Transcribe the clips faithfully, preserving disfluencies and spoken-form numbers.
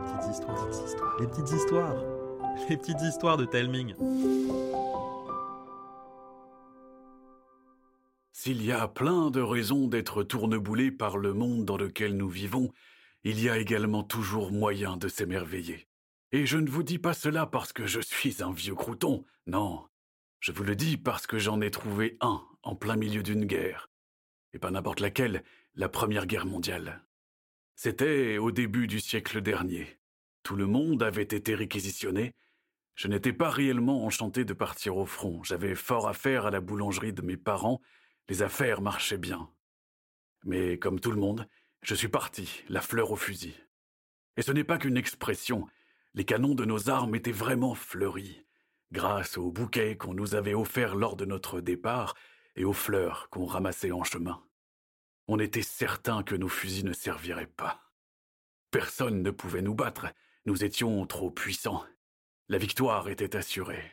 petites histoires, les petites histoires, les petites histoires de Telming. S'il y a plein de raisons d'être tourneboulé par le monde dans lequel nous vivons, il y a également toujours moyen de s'émerveiller. Et je ne vous dis pas cela parce que je suis un vieux crouton, non. Je vous le dis parce que j'en ai trouvé un en plein milieu d'une guerre. Et pas n'importe laquelle, la Première Guerre mondiale. C'était au début du siècle dernier. Tout le monde avait été réquisitionné. Je n'étais pas réellement enchanté de partir au front. J'avais fort à faire à la boulangerie de mes parents. Les affaires marchaient bien. Mais comme tout le monde, je suis parti, la fleur au fusil. Et ce n'est pas qu'une expression. Les canons de nos armes étaient vraiment fleuris, grâce aux bouquets qu'on nous avait offerts lors de notre départ et aux fleurs qu'on ramassait en chemin. On était certain que nos fusils ne serviraient pas. Personne ne pouvait nous battre, nous étions trop puissants. La victoire était assurée.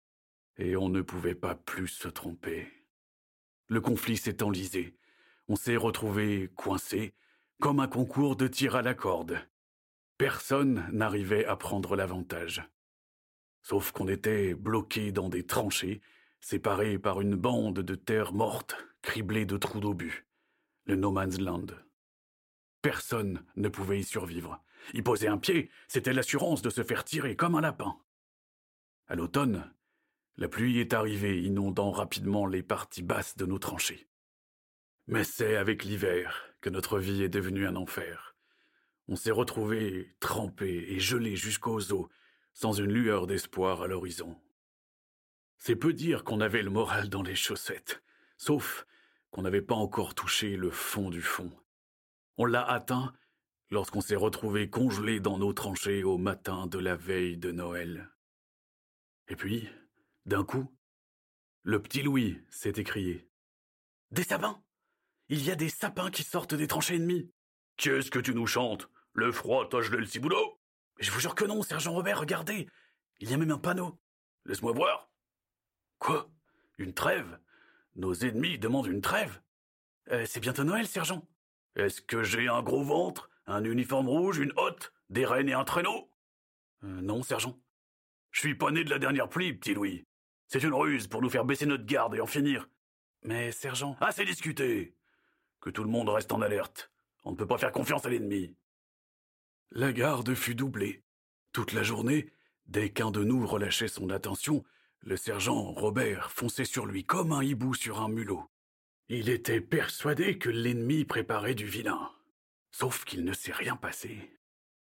Et on ne pouvait pas plus se tromper. Le conflit s'est enlisé. On s'est retrouvés coincés, comme un concours de tir à la corde. Personne n'arrivait à prendre l'avantage. Sauf qu'on était bloqués dans des tranchées, séparés par une bande de terre morte, criblée de trous d'obus. Le No Man's Land. Personne ne pouvait y survivre. Y poser un pied, c'était l'assurance de se faire tirer comme un lapin. À l'automne, la pluie est arrivée, inondant rapidement les parties basses de nos tranchées. Mais c'est avec l'hiver que notre vie est devenue un enfer. On s'est retrouvés trempés et gelés jusqu'aux os, sans une lueur d'espoir à l'horizon. C'est peu dire qu'on avait le moral dans les chaussettes, sauf qu'on n'avait pas encore touché le fond du fond. On l'a atteint lorsqu'on s'est retrouvés congelés dans nos tranchées au matin de la veille de Noël. Et puis, d'un coup, le petit Louis s'est écrié. « Des sapins! Il y a des sapins qui sortent des tranchées ennemies! Qu'est-ce que tu nous chantes? Le froid t'a gelé le ciboulot? Je vous jure que non, sergent Robert, regardez! Il y a même un panneau! Laisse-moi voir! Quoi? Une trêve? Nos ennemis demandent une trêve? euh, C'est bientôt Noël, sergent! Est-ce que j'ai un gros ventre, un uniforme rouge, une hotte, des rênes et un traîneau? euh, Non, sergent. Je suis pas né de la dernière pluie, petit Louis. C'est une ruse pour nous faire baisser notre garde et en finir. Mais, sergent... Assez discuté! Que tout le monde reste en alerte. On ne peut pas faire confiance à l'ennemi. La garde fut doublée. Toute la journée, dès qu'un de nous relâchait son attention, le sergent Robert fonçait sur lui comme un hibou sur un mulot. Il était persuadé que l'ennemi préparait du vilain. Sauf qu'il ne s'est rien passé.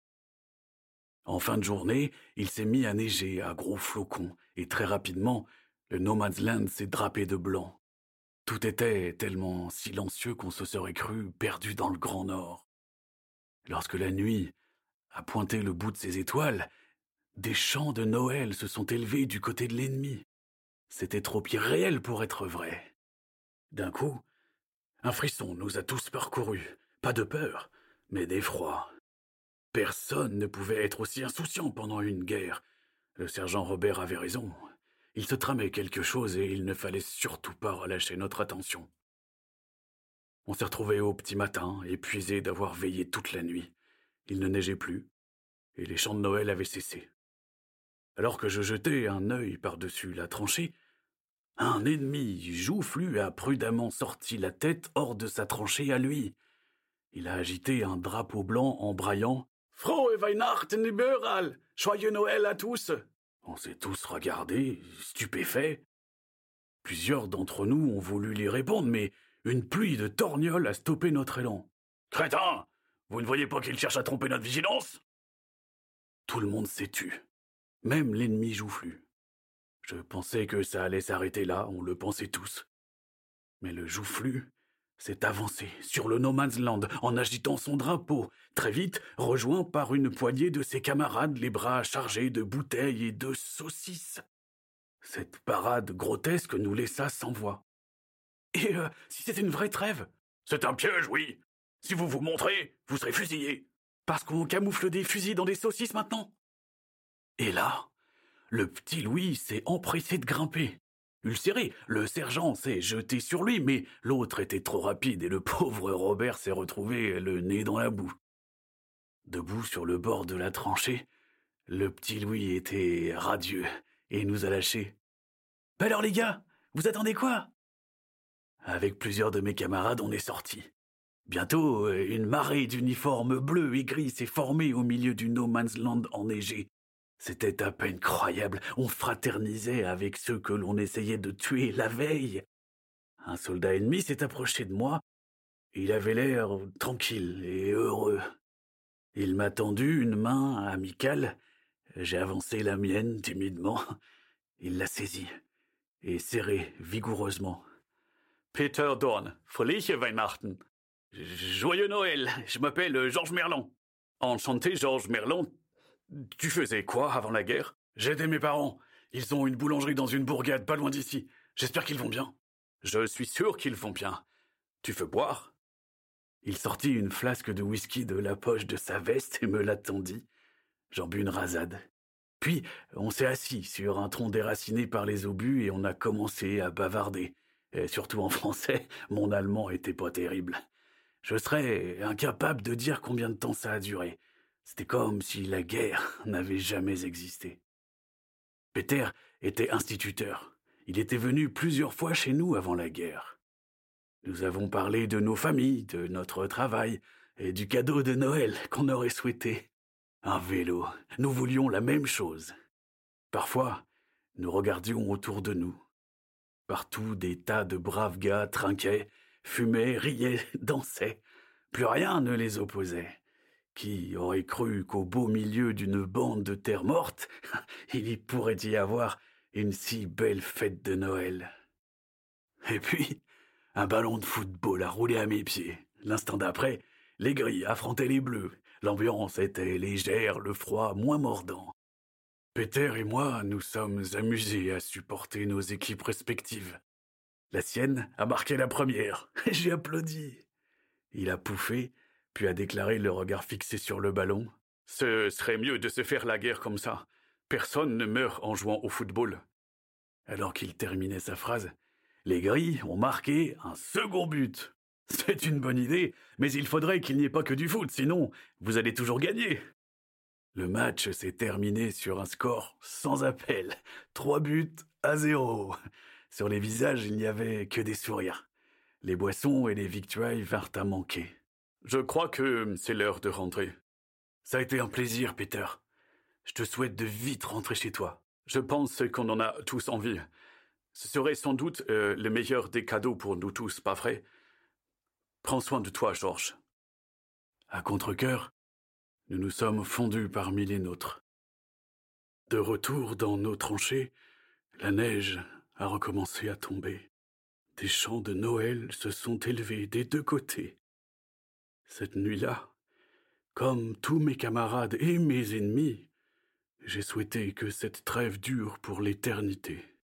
En fin de journée, il s'est mis à neiger à gros flocons, et très rapidement, le No Man's Land s'est drapé de blanc. Tout était tellement silencieux qu'on se serait cru perdu dans le Grand Nord. Lorsque la nuit a pointé le bout de ses étoiles, des chants de Noël se sont élevés du côté de l'ennemi. C'était trop irréel pour être vrai. D'un coup, un frisson nous a tous parcourus. Pas de peur, mais d'effroi. Personne ne pouvait être aussi insouciant pendant une guerre. Le sergent Robert avait raison. Il se tramait quelque chose et il ne fallait surtout pas relâcher notre attention. On s'est retrouvés au petit matin, épuisés d'avoir veillé toute la nuit. Il ne neigeait plus, et les chants de Noël avaient cessé. Alors que je jetais un œil par-dessus la tranchée, un ennemi joufflu a prudemment sorti la tête hors de sa tranchée à lui. Il a agité un drapeau blanc en braillant « Frohe Weihnachten überall! Joyeux Noël à tous !» On s'est tous regardés, stupéfaits. Plusieurs d'entre nous ont voulu lui répondre, mais une pluie de torgnoles a stoppé notre élan. « Crétin! Vous ne voyez pas qu'il cherche à tromper notre vigilance ?» Tout le monde s'est tu, même l'ennemi joufflu. Je pensais que ça allait s'arrêter là, on le pensait tous. Mais le joufflu s'est avancé sur le No Man's Land en agitant son drapeau, très vite rejoint par une poignée de ses camarades, les bras chargés de bouteilles et de saucisses. Cette parade grotesque nous laissa sans voix. Et euh, si c'était une vraie trêve? C'est un piège, oui. Si vous vous montrez, vous serez fusillés. Parce qu'on camoufle des fusils dans des saucisses maintenant. Et là, le petit Louis s'est empressé de grimper. Ulcéré, le sergent s'est jeté sur lui, mais l'autre était trop rapide et le pauvre Robert s'est retrouvé le nez dans la boue. Debout sur le bord de la tranchée, le petit Louis était radieux et nous a lâchés. « Bah alors les gars, vous attendez quoi ?» Avec plusieurs de mes camarades, on est sortis. Bientôt, une marée d'uniformes bleus et gris s'est formée au milieu du no man's land enneigé. C'était à peine croyable, on fraternisait avec ceux que l'on essayait de tuer la veille. Un soldat ennemi s'est approché de moi. Il avait l'air tranquille et heureux. Il m'a tendu une main amicale. J'ai avancé la mienne timidement. Il l'a saisie et serré vigoureusement. « Peter Dorn, fröhliche Weihnachten. Joyeux Noël, je m'appelle Georges Merlon. »« Enchanté, Georges Merlon. Tu faisais quoi avant la guerre ?»« J'aidais mes parents. Ils ont une boulangerie dans une bourgade pas loin d'ici. J'espère qu'ils vont bien. »« Je suis sûr qu'ils vont bien. Tu veux boire ?» Il sortit une flasque de whisky de la poche de sa veste et me la tendit. J'en bus une rasade. Puis, on s'est assis sur un tronc déraciné par les obus et on a commencé à bavarder. Et surtout en français, mon allemand était pas terrible. Je serais incapable de dire combien de temps ça a duré. C'était comme si la guerre n'avait jamais existé. Peter était instituteur. Il était venu plusieurs fois chez nous avant la guerre. Nous avons parlé de nos familles, de notre travail et du cadeau de Noël qu'on aurait souhaité. Un vélo. Nous voulions la même chose. Parfois, nous regardions autour de nous. Partout, des tas de braves gars trinquaient, fumaient, riaient, dansaient. Plus rien ne les opposait. Qui aurait cru qu'au beau milieu d'une bande de terre morte, il y pourrait y avoir une si belle fête de Noël. Et puis, un ballon de football a roulé à mes pieds. L'instant d'après, les gris affrontaient les bleus. L'ambiance était légère, le froid moins mordant. Peter et moi nous sommes amusés à supporter nos équipes respectives. La sienne a marqué la première. J'ai applaudi. Il a pouffé, puis a déclaré le regard fixé sur le ballon. « Ce serait mieux de se faire la guerre comme ça. Personne ne meurt en jouant au football. » Alors qu'il terminait sa phrase, les gris ont marqué un second but. C'est une bonne idée, mais il faudrait qu'il n'y ait pas que du foot, sinon vous allez toujours gagner. Le match s'est terminé sur un score sans appel. Trois buts à zéro. Sur les visages, il n'y avait que des sourires. Les boissons et les victuailles vinrent à manquer. Je crois que c'est l'heure de rentrer. Ça a été un plaisir, Peter. Je te souhaite de vite rentrer chez toi. Je pense qu'on en a tous envie. Ce serait sans doute euh, le meilleur des cadeaux pour nous tous, pas vrai? Prends soin de toi, Georges. À contre-cœur, nous nous sommes fondus parmi les nôtres. De retour dans nos tranchées, la neige a recommencé à tomber. Des chants de Noël se sont élevés des deux côtés. Cette nuit-là, comme tous mes camarades et mes ennemis, j'ai souhaité que cette trêve dure pour l'éternité.